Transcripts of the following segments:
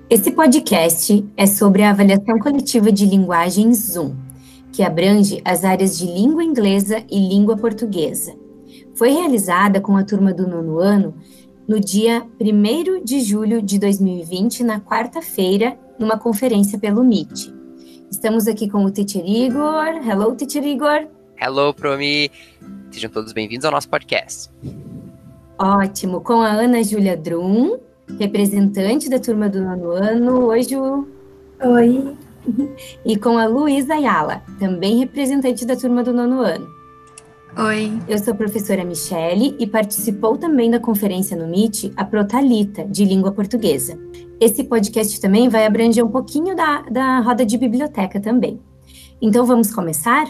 Esse podcast é sobre a avaliação coletiva de linguagem Zoom, que abrange as áreas de língua inglesa e língua portuguesa. Foi realizada com a turma do nono ano no dia 1º de julho de 2020, na quarta-feira, numa conferência pelo Meet. Estamos aqui com o Teacher Igor. Hello, Teacher Igor. Hello, Promi. Sejam todos bem-vindos ao nosso podcast. Ótimo. Com a Ana Júlia Drum, representante da turma do nono ano. Oi, Ju. Oi. E com a Luísa Ayala, também representante da turma do nono ano. Oi. Eu sou a professora Michele e participou também da conferência no Meet a Protalita, de língua portuguesa. Esse podcast também vai abranger um pouquinho da roda de biblioteca também. Então vamos começar?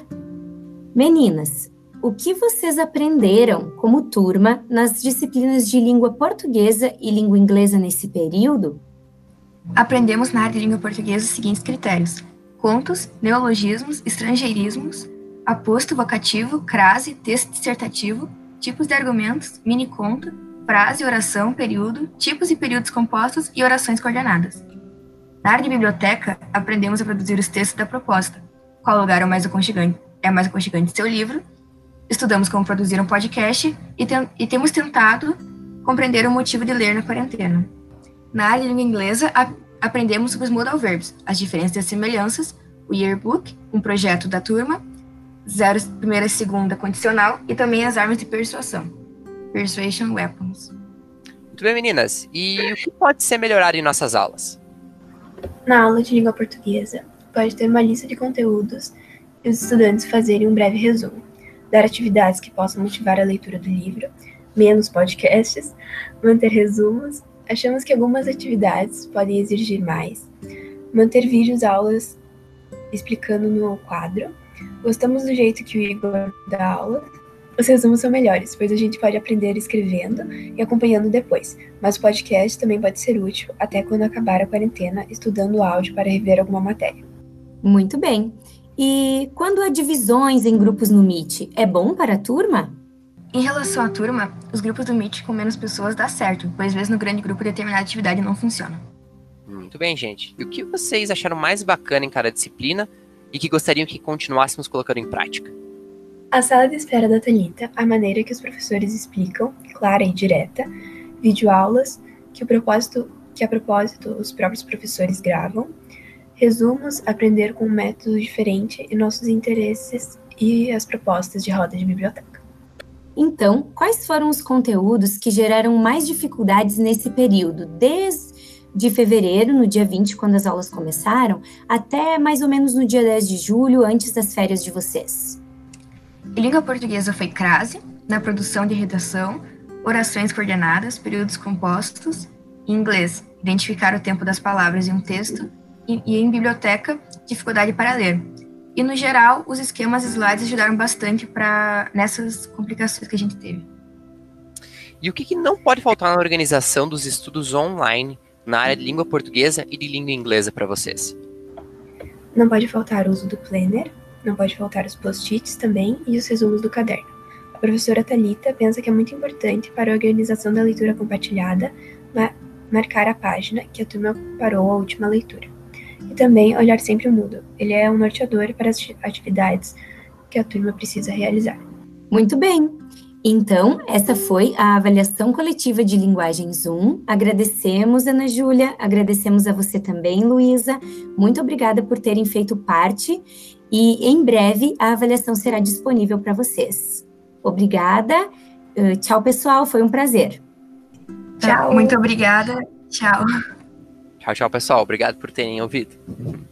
Meninas, o que vocês aprenderam como turma nas disciplinas de língua portuguesa e língua inglesa nesse período? Aprendemos na área de língua portuguesa os seguintes critérios: contos, neologismos, estrangeirismos, aposto, vocativo, crase, texto dissertativo, tipos de argumentos, mini-conto, frase, oração, período, tipos e períodos compostos e orações coordenadas. Na área de biblioteca, aprendemos a produzir os textos da proposta, qual lugar é mais aconchegante seu livro. Estudamos como produzir um podcast e temos tentado compreender o motivo de ler na quarentena. Na área de língua inglesa, aprendemos sobre os modal verbs, as diferenças e as semelhanças, o yearbook, um projeto da turma, 0, primeira e segunda condicional e também as armas de persuasão, persuasion weapons. Muito bem, meninas. E o que pode ser melhorado em nossas aulas? Na aula de língua portuguesa, pode ter uma lista de conteúdos e os estudantes fazerem um breve resumo, dar atividades que possam motivar a leitura do livro, menos podcasts, manter resumos. Achamos que algumas atividades podem exigir mais, manter vídeos aulas explicando no quadro. Gostamos do jeito que o Igor dá aula. Os resumos são melhores, pois a gente pode aprender escrevendo e acompanhando depois, mas o podcast também pode ser útil até quando acabar a quarentena, estudando áudio para rever alguma matéria. Muito bem. E quando há divisões em grupos no Meet, é bom para a turma? Em relação à turma, os grupos do Meet com menos pessoas dá certo, pois às vezes no grande grupo determinada atividade não funciona. Muito bem, gente. E o que vocês acharam mais bacana em cada disciplina e que gostariam que continuássemos colocando em prática? A sala de espera da Thalita, a maneira que os professores explicam, clara e direta, videoaulas, que a propósito os próprios professores gravam, resumos, aprender com um método diferente e nossos interesses e as propostas de roda de biblioteca. Então, quais foram os conteúdos que geraram mais dificuldades nesse período, desde fevereiro, no dia 20, quando as aulas começaram, até mais ou menos no dia 10 de julho, antes das férias de vocês? Em língua portuguesa foi crase, na produção de redação, orações coordenadas, períodos compostos. Em inglês, identificar o tempo das palavras em um texto. E em biblioteca, dificuldade para ler. E, no geral, os esquemas e slides ajudaram bastante nessas complicações que a gente teve. E o que não pode faltar na organização dos estudos online na área de língua portuguesa e de língua inglesa para vocês? Não pode faltar o uso do planner, não pode faltar os post-its também e os resumos do caderno. A professora Thalita pensa que é muito importante para a organização da leitura compartilhada marcar a página que a turma parou a última leitura. E também olhar sempre o Moodle. Ele é um norteador para as atividades que a turma precisa realizar. Muito bem. Então, essa foi a avaliação coletiva de linguagem Zoom. Agradecemos, Ana Júlia, agradecemos a você também, Luísa. Muito obrigada por terem feito parte e, em breve, a avaliação será disponível para vocês. Obrigada. Tchau, pessoal. Foi um prazer. Tchau. Muito obrigada. Tchau. Tchau, pessoal. Obrigado por terem ouvido.